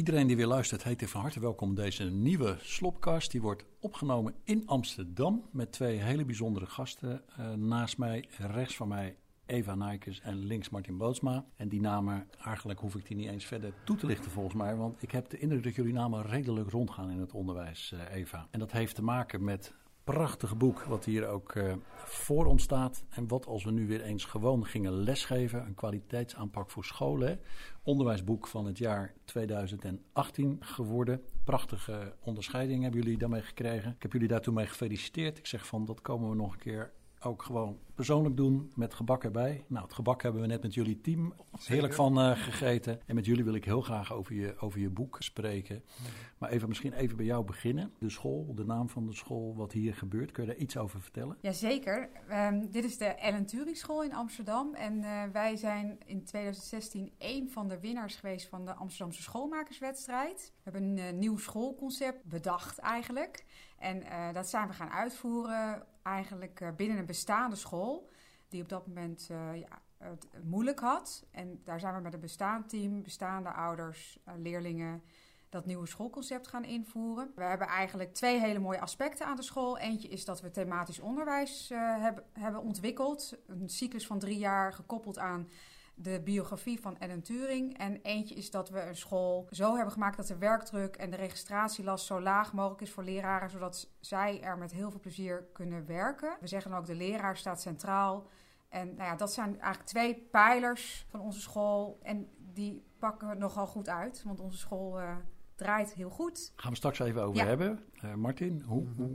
Iedereen die weer luistert, heet van harte welkom op deze nieuwe Slopcast. Die wordt opgenomen in Amsterdam met twee hele bijzondere gasten. Naast mij, rechts van mij, Eva Nijkes en links Martin Bootsma. En die namen, eigenlijk hoef ik die niet eens verder toe te lichten volgens mij. Want ik heb de indruk dat jullie namen redelijk rondgaan in het onderwijs, Eva. En dat heeft te maken met prachtige boek wat hier ook voor ons staat. En wat als we nu weer eens gewoon gingen lesgeven. Een kwaliteitsaanpak voor scholen. Hè? Onderwijsboek van het jaar 2018 geworden. Prachtige onderscheiding hebben jullie daarmee gekregen. Ik heb jullie daartoe mee gefeliciteerd. Ik zeg van dat komen we nog een keer ook gewoon persoonlijk doen met gebak erbij. Nou, het gebak hebben we net met jullie team heerlijk van gegeten. En met jullie wil ik heel graag over je boek spreken. Maar even misschien even bij jou beginnen. De school, de naam van de school, wat hier gebeurt. Kun je daar iets over vertellen? Jazeker. Dit is de Ellen Turing School in Amsterdam. En wij zijn in 2016 één van de winnaars geweest van de Amsterdamse Schoolmakerswedstrijd. We hebben een nieuw schoolconcept bedacht eigenlijk. En dat zijn we gaan uitvoeren eigenlijk binnen een bestaande school die op dat moment het moeilijk had. En daar zijn we met een bestaand team, bestaande ouders, leerlingen, dat nieuwe schoolconcept gaan invoeren. We hebben eigenlijk twee hele mooie aspecten aan de school. Eentje is dat we thematisch onderwijs hebben ontwikkeld. Een cyclus van 3 jaar gekoppeld aan de biografie van Ellen Turing. En eentje is dat we een school zo hebben gemaakt dat de werkdruk en de registratielast zo laag mogelijk is voor leraren, zodat zij er met heel veel plezier kunnen werken. We zeggen ook de leraar staat centraal. En nou ja, dat zijn eigenlijk 2 pijlers van onze school. En die pakken we nogal goed uit, want onze school draait heel goed. Gaan we straks even over hebben. Martin,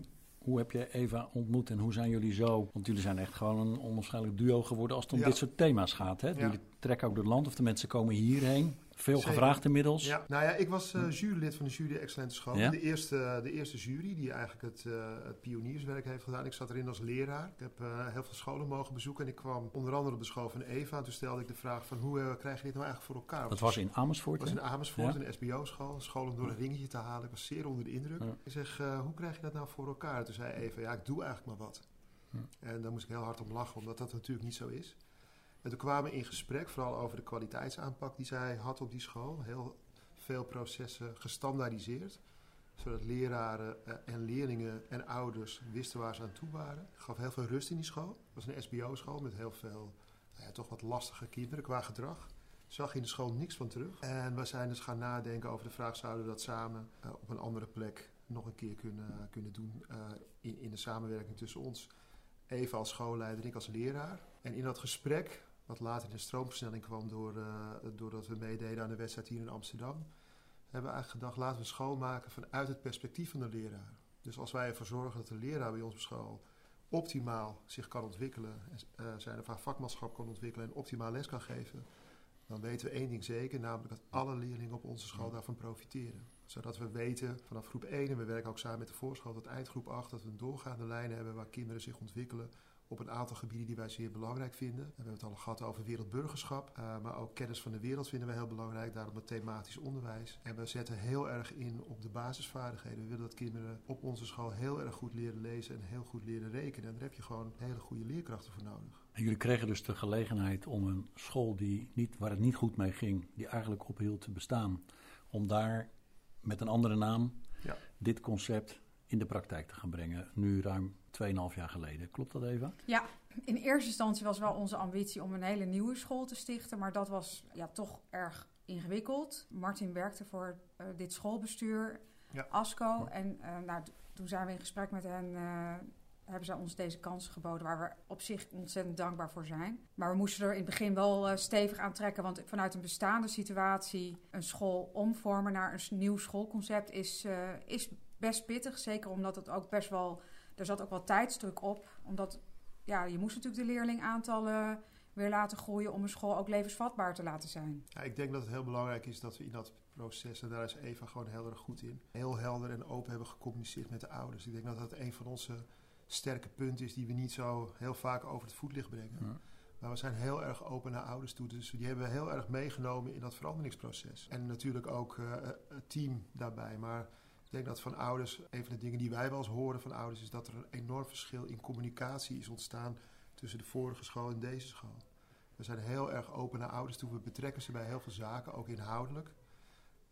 hoe heb je Eva ontmoet en hoe zijn jullie zo? Want jullie zijn echt gewoon een onwaarschijnlijk duo geworden als het om dit soort thema's gaat. Hè? Jullie trekken ook door het land of de mensen komen hierheen. Veel gevraagd inmiddels. Ja. Nou ja, ik was jurylid van de jury Excellente School. Ja? De eerste jury die eigenlijk het pionierswerk heeft gedaan. Ik zat erin als leraar. Ik heb heel veel scholen mogen bezoeken. En ik kwam onder andere op de school van Eva. En toen stelde ik de vraag van hoe krijg je dit nou eigenlijk voor elkaar? Dat was in Amersfoort? Dat was in Amersfoort, een SBO-school. Een school om door een ringetje te halen. Ik was zeer onder de indruk. Ja. Ik zeg, hoe krijg je dat nou voor elkaar? Toen zei Eva, ik doe eigenlijk maar wat. Ja. En daar moest ik heel hard om lachen, omdat dat natuurlijk niet zo is. En toen kwamen we in gesprek, vooral over de kwaliteitsaanpak die zij had op die school. Heel veel processen gestandaardiseerd, zodat leraren en leerlingen en ouders wisten waar ze aan toe waren. Het gaf heel veel rust in die school. Het was een SBO-school met heel veel toch wat lastige kinderen qua gedrag. Zag in de school niks van terug. En we zijn dus gaan nadenken over de vraag, zouden we dat samen op een andere plek nog een keer kunnen doen in de samenwerking tussen ons. Eva als schoolleider en ik als leraar. En in dat gesprek, wat later in de stroomversnelling kwam doordat we meededen aan de wedstrijd hier in Amsterdam, hebben we eigenlijk gedacht, laten we een school maken vanuit het perspectief van de leraar. Dus als wij ervoor zorgen dat de leraar bij ons op school optimaal zich kan ontwikkelen, zijn of haar vakmanschap kan ontwikkelen en optimaal les kan geven, dan weten we 1 ding zeker, namelijk dat alle leerlingen op onze school daarvan profiteren. Zodat we weten vanaf groep 1, en we werken ook samen met de voorschool tot eindgroep 8, dat we een doorgaande lijn hebben waar kinderen zich ontwikkelen op een aantal gebieden die wij zeer belangrijk vinden. We hebben het al gehad over wereldburgerschap, maar ook kennis van de wereld vinden we heel belangrijk. Daarom het thematisch onderwijs. En we zetten heel erg in op de basisvaardigheden. We willen dat kinderen op onze school heel erg goed leren lezen en heel goed leren rekenen. En daar heb je gewoon hele goede leerkrachten voor nodig. En jullie kregen dus de gelegenheid om een school waar het niet goed mee ging, die eigenlijk ophield te bestaan, om daar met een andere naam dit concept in de praktijk te gaan brengen, nu ruim 2,5 jaar geleden. Klopt dat, Eva? Ja, in eerste instantie was wel onze ambitie om een hele nieuwe school te stichten, maar dat was toch erg ingewikkeld. Martin werkte voor dit schoolbestuur, ASCO, en toen zijn we in gesprek met hen, hebben zij ons deze kans geboden, waar we op zich ontzettend dankbaar voor zijn. Maar we moesten er in het begin wel stevig aan trekken, want vanuit een bestaande situatie een school omvormen naar een nieuw schoolconcept is best pittig. Zeker omdat het ook best wel, er zat ook wel tijdsdruk op. Omdat je moest natuurlijk de leerlingaantallen weer laten groeien om een school ook levensvatbaar te laten zijn. Ja, ik denk dat het heel belangrijk is dat we in dat proces, en daar is Eva gewoon heel erg goed in, heel helder en open hebben gecommuniceerd met de ouders. Ik denk dat dat een van onze sterke punten is die we niet zo heel vaak over het voetlicht brengen. Ja. Maar we zijn heel erg open naar ouders toe. Dus die hebben we heel erg meegenomen in dat veranderingsproces. En natuurlijk ook het team daarbij. Maar ik denk dat van ouders, een van de dingen die wij wel eens horen van ouders, is dat er een enorm verschil in communicatie is ontstaan tussen de vorige school en deze school. We zijn heel erg open naar ouders toe. We betrekken ze bij heel veel zaken, ook inhoudelijk.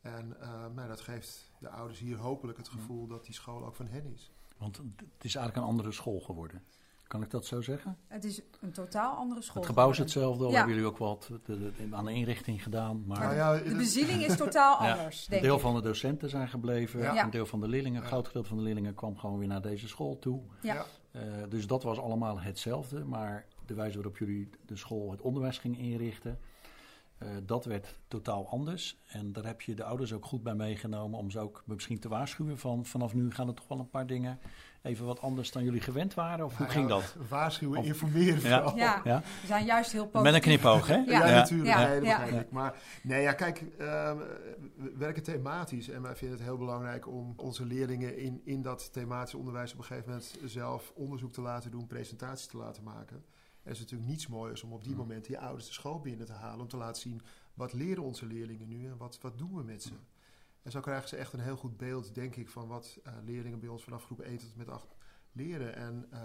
En dat geeft de ouders hier hopelijk het gevoel dat die school ook van hen is. Want het is eigenlijk een andere school geworden. Kan ik dat zo zeggen? Het is een totaal andere school. Het gebouw is hetzelfde, al Ja. hebben jullie ook wat aan de inrichting gedaan. Maar De bezieling is totaal anders, een denk deel ik. van de docenten zijn gebleven. Ja. Een deel van de leerlingen, een groot gedeelte van de leerlingen kwam gewoon weer naar deze school toe. Ja. Dus dat was allemaal hetzelfde. Maar de wijze waarop jullie de school het onderwijs gingen inrichten, dat werd totaal anders. En daar heb je de ouders ook goed bij meegenomen om ze ook misschien te waarschuwen van vanaf nu gaan er toch wel een paar dingen even wat anders dan jullie gewend waren? Of hoe ging dat? Waarschuwen, informeren vooral. Ja, Ja? we zijn juist heel positief. Met een knipoog, hè? Ja. Natuurlijk. Ja. Nee, dat Ja. begrijp ik. Maar kijk, we werken thematisch. En wij vinden het heel belangrijk om onze leerlingen in dat thematisch onderwijs op een gegeven moment zelf onderzoek te laten doen, presentaties te laten maken. Er is natuurlijk niets moois om op die moment die ouders de school binnen te halen. Om te laten zien, wat leren onze leerlingen nu en wat doen we met ze. En zo krijgen ze echt een heel goed beeld, denk ik, van wat leerlingen bij ons vanaf groep 1 tot en met 8 leren.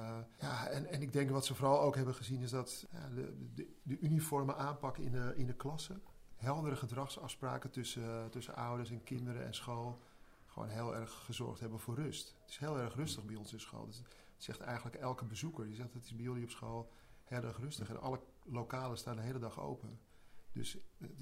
En ik denk wat ze vooral ook hebben gezien is dat de uniforme aanpak in de klassen, heldere gedragsafspraken tussen ouders en kinderen en school, gewoon heel erg gezorgd hebben voor rust. Het is heel erg rustig bij ons in school. Dat zegt eigenlijk elke bezoeker. Die zegt, het is bij jullie op school heel erg rustig. En alle lokalen staan de hele dag open. Dus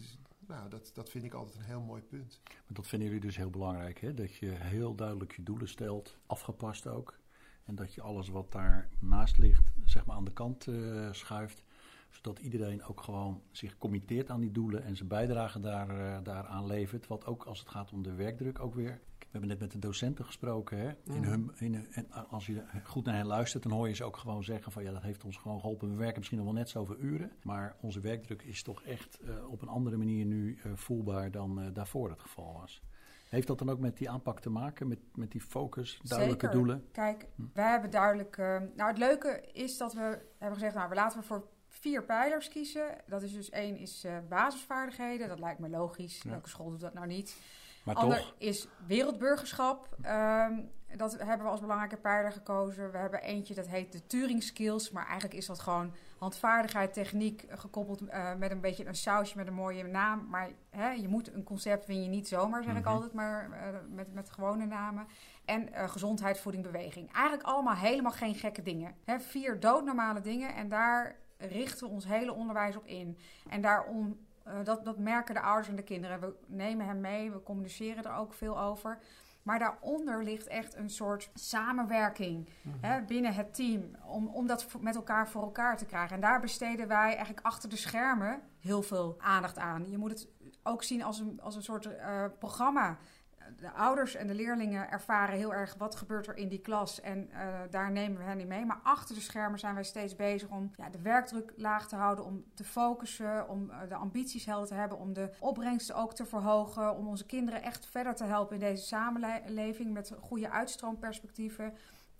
dat vind ik altijd een heel mooi punt. Maar dat vinden jullie dus heel belangrijk, hè? Dat je heel duidelijk je doelen stelt, afgepast ook. En dat je alles wat daarnaast ligt, zeg maar aan de kant schuift. Zodat iedereen ook gewoon zich committeert aan die doelen en zijn bijdrage daaraan levert. Wat ook als het gaat om de werkdruk ook weer. We hebben net met de docenten gesproken. Hè? En als je goed naar hen luistert, dan hoor je ze ook gewoon zeggen van ja, dat heeft ons gewoon geholpen. We werken misschien nog wel net zoveel uren. Maar onze werkdruk is toch echt op een andere manier nu voelbaar dan daarvoor het geval was. Heeft dat dan ook met die aanpak te maken, met die focus, duidelijke Zeker. doelen? Kijk, wij hebben duidelijk... het leuke is dat we hebben gezegd, we laten we voor 4 pijlers kiezen. Dat is dus 1 is basisvaardigheden. Dat lijkt me logisch. Ja. Welke school doet dat nou niet? Maar Ander toch? is wereldburgerschap. Dat hebben we als belangrijke pijler gekozen. We hebben eentje, dat heet de Turing Skills. Maar eigenlijk is dat gewoon handvaardigheid, techniek, gekoppeld met een beetje een sausje met een mooie naam. Maar je moet een concept win je niet zomaar, zeg ik altijd, maar met gewone namen. En gezondheid, voeding, beweging. Eigenlijk allemaal helemaal geen gekke dingen. 4 doodnormale dingen en daar richten we ons hele onderwijs op in. En daarom... Dat merken de ouders en de kinderen. We nemen hem mee, we communiceren er ook veel over. Maar daaronder ligt echt een soort samenwerking binnen het team. Om dat met elkaar voor elkaar te krijgen. En daar besteden wij eigenlijk achter de schermen heel veel aandacht aan. Je moet het ook zien als een soort programma. De ouders en de leerlingen ervaren heel erg wat gebeurt er in die klas. En daar nemen we hen in mee. Maar achter de schermen zijn wij steeds bezig om de werkdruk laag te houden. Om te focussen, om de ambities helder te hebben. Om de opbrengsten ook te verhogen. Om onze kinderen echt verder te helpen in deze samenleving. Met goede uitstroomperspectieven.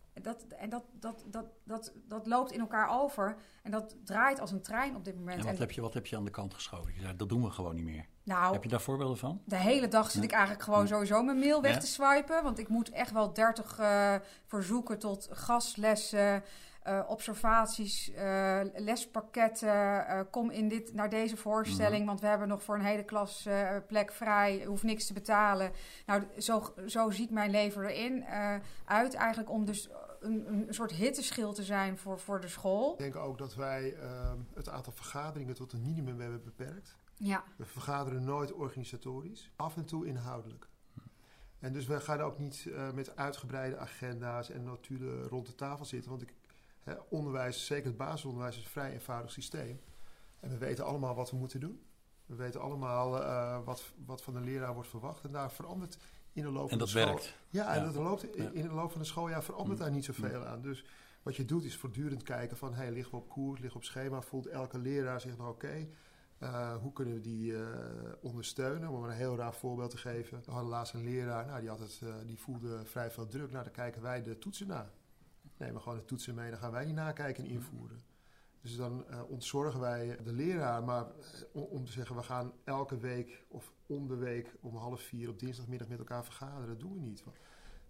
Dat loopt in elkaar over. En dat draait als een trein op dit moment. En wat heb je aan de kant geschoven? Je zei, dat doen we gewoon niet meer. Nou, heb je daar voorbeelden van? De hele dag zit ik eigenlijk gewoon sowieso mijn mail weg te swipen. Want ik moet echt wel 30 verzoeken tot gastlessen, observaties, lespakketten. Kom naar deze voorstelling, want we hebben nog voor een hele klas plek vrij. Hoef niks te betalen. Nou, zo ziet mijn leven erin uit eigenlijk om dus een soort hitteschild te zijn voor de school. Ik denk ook dat wij het aantal vergaderingen tot een minimum hebben beperkt. Ja. We vergaderen nooit organisatorisch, af en toe inhoudelijk. En dus we gaan ook niet met uitgebreide agenda's en notulen rond de tafel zitten. Want onderwijs, zeker het basisonderwijs, is een vrij eenvoudig systeem. En we weten allemaal wat we moeten doen. We weten allemaal wat van de leraar wordt verwacht. En daar verandert in de loop van de school... En dat werkt. Ja, en dat loopt in de loop van de schooljaar verandert daar niet zoveel aan. Dus wat je doet is voortdurend kijken van... liggen we op koers, liggen we op schema? Voelt elke leraar zich nou oké? Hoe kunnen we die ondersteunen? Om een heel raar voorbeeld te geven. We hadden laatst een leraar, die voelde vrij veel druk. Nou, dan kijken wij de toetsen na. Nemen gewoon de toetsen mee, dan gaan wij die nakijken en invoeren. Dus dan ontzorgen wij de leraar. Maar om te zeggen, we gaan elke week of om de week om 3:30 op dinsdagmiddag met elkaar vergaderen. Dat doen we niet.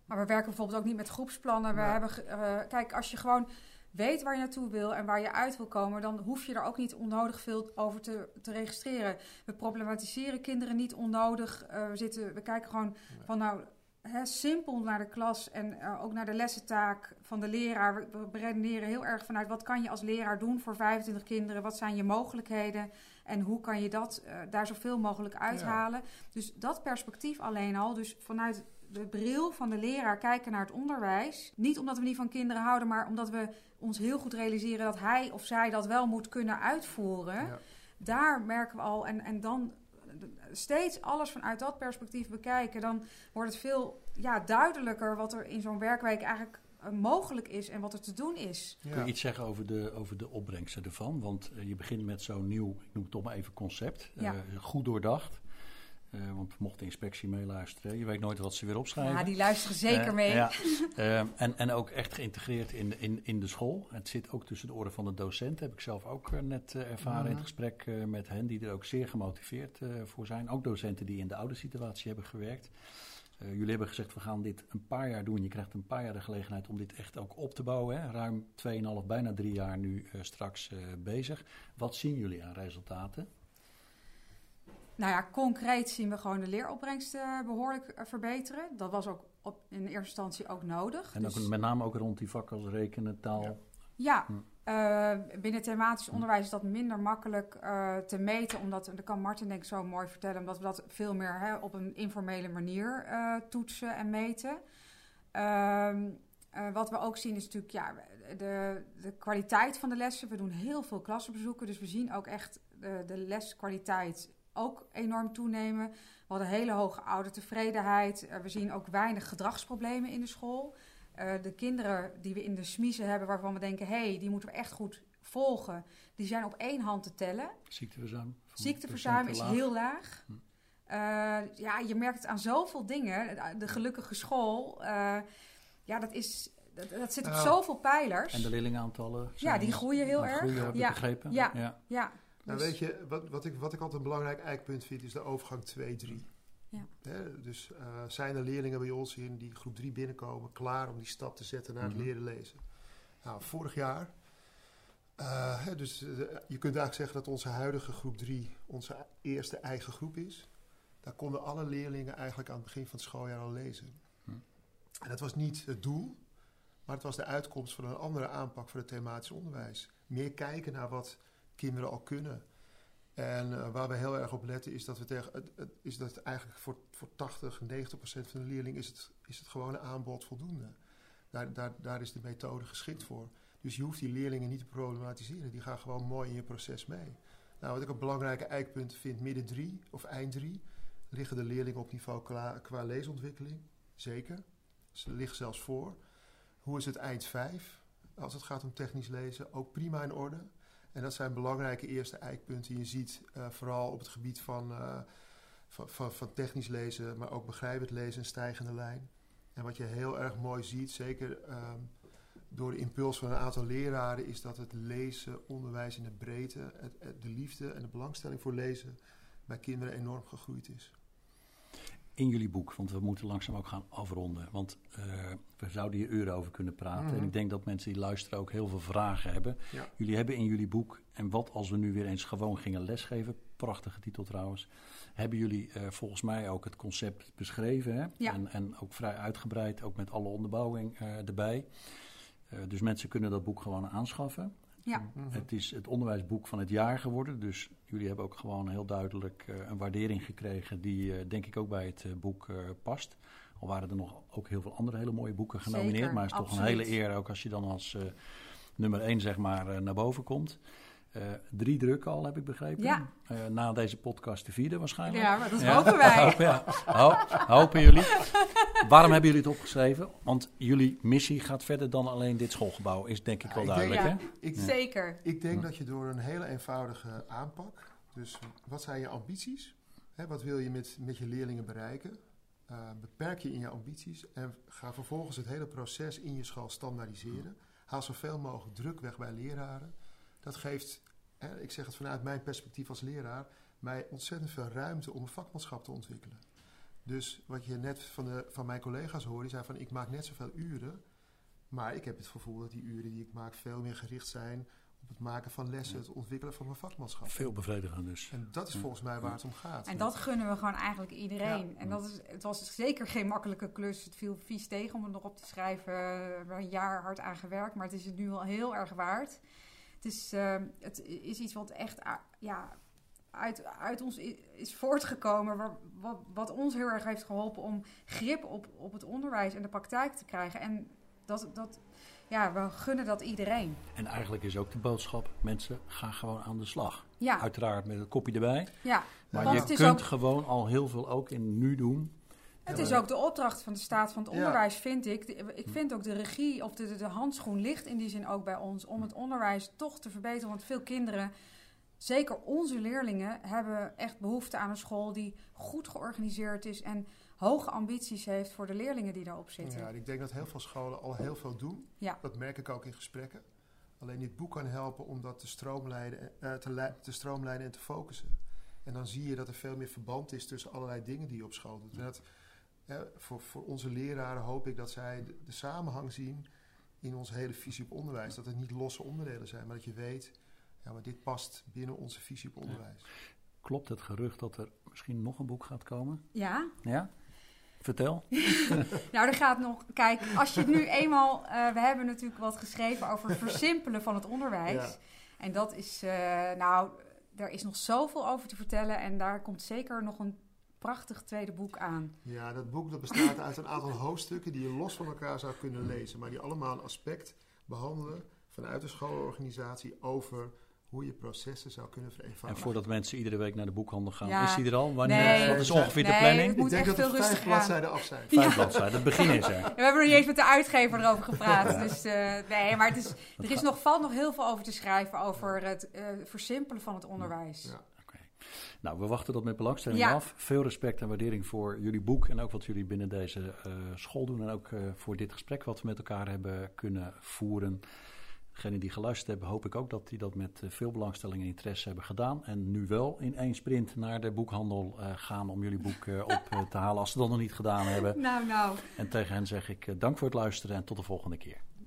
Maar we werken bijvoorbeeld ook niet met groepsplannen. We hebben, kijk, als je gewoon weet waar je naartoe wil en waar je uit wil komen, dan hoef je er ook niet onnodig veel over te registreren. We problematiseren kinderen niet onnodig. We kijken gewoon van simpel naar de klas en ook naar de lessentaak van de leraar. We beredeneren heel erg vanuit wat kan je als leraar doen voor 25 kinderen? Wat zijn je mogelijkheden? En hoe kan je dat daar zoveel mogelijk uithalen? Ja. Dus dat perspectief alleen al, dus vanuit de bril van de leraar kijken naar het onderwijs. Niet omdat we niet van kinderen houden, maar omdat we ons heel goed realiseren dat hij of zij dat wel moet kunnen uitvoeren. Ja. Daar merken we al. En dan steeds alles vanuit dat perspectief bekijken. Dan wordt het veel duidelijker wat er in zo'n werkweek eigenlijk mogelijk is en wat er te doen is. Ja. Kun je iets zeggen over de opbrengsten ervan? Want je begint met zo'n nieuw, ik noem het toch maar even concept. Goed doordacht. Want mocht de inspectie meeluisteren, je weet nooit wat ze weer opschrijven. Ja, die luisteren zeker mee. En ook echt geïntegreerd in de school. Het zit ook tussen de oren van de docenten. Heb ik zelf ook net ervaren in het gesprek met hen, die er ook zeer gemotiveerd voor zijn. Ook docenten die in de oude situatie hebben gewerkt. Jullie hebben gezegd, we gaan dit een paar jaar doen. Je krijgt een paar jaar de gelegenheid om dit echt ook op te bouwen. Hè? Ruim 2,5, bijna 3 jaar nu straks bezig. Wat zien jullie aan resultaten? Nou ja, concreet zien we gewoon de leeropbrengsten behoorlijk verbeteren. Dat was ook in eerste instantie ook nodig. En ook met name ook rond die vakken als rekenen, taal. Ja. Binnen thematisch onderwijs is dat minder makkelijk te meten. Omdat, dat kan Martin denk ik zo mooi vertellen, omdat we dat veel meer op een informele manier toetsen en meten. Wat we ook zien is natuurlijk de kwaliteit van de lessen. We doen heel veel klassenbezoeken, dus we zien ook echt de leskwaliteit ook enorm toenemen. We hadden hele hoge oudertevredenheid. We zien ook weinig gedragsproblemen in de school. De kinderen die we in de smiezen hebben, waarvan we denken, die moeten we echt goed volgen, die zijn op 1 hand te tellen. Ziekteverzuim is heel laag. Je merkt het aan zoveel dingen. De gelukkige school, dat zit op zoveel pijlers. En de leerlingenaantallen? Die groeien heel erg. Groeien, heb ik begrepen. Ja. Nou, weet je, wat ik altijd een belangrijk eikpunt vind, is de overgang 2-3. Ja. Dus zijn er leerlingen bij ons in die groep 3 binnenkomen, klaar om die stap te zetten naar het leren lezen. Nou, vorig jaar, je kunt eigenlijk zeggen dat onze huidige groep 3 onze eerste eigen groep is. Daar konden alle leerlingen eigenlijk aan het begin van het schooljaar al lezen. En dat was niet het doel, maar het was de uitkomst van een andere aanpak voor het thematisch onderwijs. Meer kijken naar wat kinderen al kunnen. En waar we heel erg op letten is dat eigenlijk voor 80-90% van de leerlingen is het gewone aanbod voldoende. Daar is de methode geschikt voor. Dus je hoeft die leerlingen niet te problematiseren. Die gaan gewoon mooi in je proces mee. Nou, wat ik een belangrijke eikpunt vind, midden 3 of eind 3, liggen de leerlingen op niveau qua leesontwikkeling. Zeker. Ze liggen zelfs voor. Hoe is het eind 5? Als het gaat om technisch lezen, ook prima in orde. En dat zijn belangrijke eerste eikpunten. Je ziet vooral op het gebied van technisch lezen, maar ook begrijpend lezen, een stijgende lijn. En wat je heel erg mooi ziet, zeker door de impuls van een aantal leraren, is dat het lezen, onderwijs in de breedte, de liefde en de belangstelling voor lezen bij kinderen enorm gegroeid is. In jullie boek, want we moeten langzaam ook gaan afronden. Want we zouden hier uren over kunnen praten. En ik denk dat mensen die luisteren ook heel veel vragen hebben. Ja. Jullie hebben in jullie boek, en wat als we nu weer eens gewoon gingen lesgeven, prachtige titel trouwens, hebben jullie volgens mij ook het concept beschreven. Hè? Ja. En ook vrij uitgebreid, ook met alle onderbouwing erbij. Dus mensen kunnen dat boek gewoon aanschaffen. Ja. Het is het onderwijsboek van het jaar geworden. Dus jullie hebben ook gewoon heel duidelijk een waardering gekregen die denk ik ook bij het boek past. Al waren er nog ook heel veel andere hele mooie boeken genomineerd. Zeker, maar het is absoluut. toch een hele eer ook als je dan als nummer 1 zeg maar naar boven komt. 3 drukken al, heb ik begrepen. Ja. Na deze podcast de 4e waarschijnlijk. Ja, maar dat hopen wij. Hopen jullie. Waarom hebben jullie het opgeschreven? Want jullie missie gaat verder dan alleen dit schoolgebouw. Is denk ik wel duidelijk, hè? Zeker. Ik denk dat je door een hele eenvoudige aanpak, dus wat zijn je ambities? Wat wil je met je leerlingen bereiken? Beperk je in je ambities en ga vervolgens het hele proces in je school standaardiseren. Haal zoveel mogelijk druk weg bij leraren. Dat geeft, ik zeg het vanuit mijn perspectief als leraar, mij ontzettend veel ruimte om een vakmanschap te ontwikkelen. Dus wat je net van mijn collega's hoorde, die zei van ik maak net zoveel uren, maar ik heb het gevoel dat die uren die ik maak veel meer gericht zijn op het maken van lessen, het ontwikkelen van mijn vakmanschap. Veel bevredigender dus. En dat is volgens mij waar het om gaat. En dat gunnen we gewoon eigenlijk iedereen. Ja. En het was zeker geen makkelijke klus. Het viel vies tegen om het nog op te schrijven. We hebben een jaar hard aan gewerkt, maar het is het nu al heel erg waard. Het is iets wat echt uit ons is voortgekomen, wat ons heel erg heeft geholpen om grip op het onderwijs en de praktijk te krijgen. En we gunnen dat iedereen. En eigenlijk is ook de boodschap, mensen, gaan gewoon aan de slag. Ja. Uiteraard met het kopje erbij. Ja. Maar je kunt gewoon al heel veel ook in nu doen. Het is ook de opdracht van de staat van het onderwijs, vind ik. Ik vind ook de regie of de handschoen ligt in die zin ook bij ons om het onderwijs toch te verbeteren. Want veel kinderen, zeker onze leerlingen, hebben echt behoefte aan een school die goed georganiseerd is en hoge ambities heeft voor de leerlingen die daarop zitten. Ja, ik denk dat heel veel scholen al heel veel doen. Ja. Dat merk ik ook in gesprekken. Alleen dit boek kan helpen om dat te stroomlijnen en te focussen. En dan zie je dat er veel meer verband is tussen allerlei dingen die je op school doet. En dat, voor onze leraren hoop ik dat zij de samenhang zien in onze hele visie op onderwijs. Dat het niet losse onderdelen zijn, maar dat je weet, maar dit past binnen onze visie op onderwijs. Ja. Klopt het gerucht dat er misschien nog een boek gaat komen? Ja. Ja? Vertel. Nou, er gaat nog... Kijk, als je nu eenmaal... we hebben natuurlijk wat geschreven over het versimpelen van het onderwijs. Ja. En dat is... er is nog zoveel over te vertellen. En daar komt zeker nog een prachtig tweede boek aan. Ja, dat boek dat bestaat uit een aantal hoofdstukken die je los van elkaar zou kunnen lezen. Maar die allemaal een aspect behandelen vanuit de schoolorganisatie over hoe je processen zou kunnen vereenvoudigen. En voordat mensen iedere week naar de boekhandel gaan, ja. Is die er al? Wanneer? Nee. Wat is ongeveer de planning? Het moet ik denk echt dat veel er 5 rustiger bladzijden af zijn. 5 bladzijden, het begin is er. We hebben nog niet eens met de uitgever erover gepraat. Dus maar valt nog heel veel over te schrijven over het versimpelen van het onderwijs. Ja. Nou, we wachten dat met belangstelling af. Veel respect en waardering voor jullie boek en ook wat jullie binnen deze school doen. En ook voor dit gesprek wat we met elkaar hebben kunnen voeren. Degenen die geluisterd hebben, hoop ik ook dat die dat met veel belangstelling en interesse hebben gedaan. En nu wel in één sprint naar de boekhandel gaan om jullie boek op te halen als ze dat nog niet gedaan hebben. Nou. En tegen hen zeg ik dank voor het luisteren en tot de volgende keer.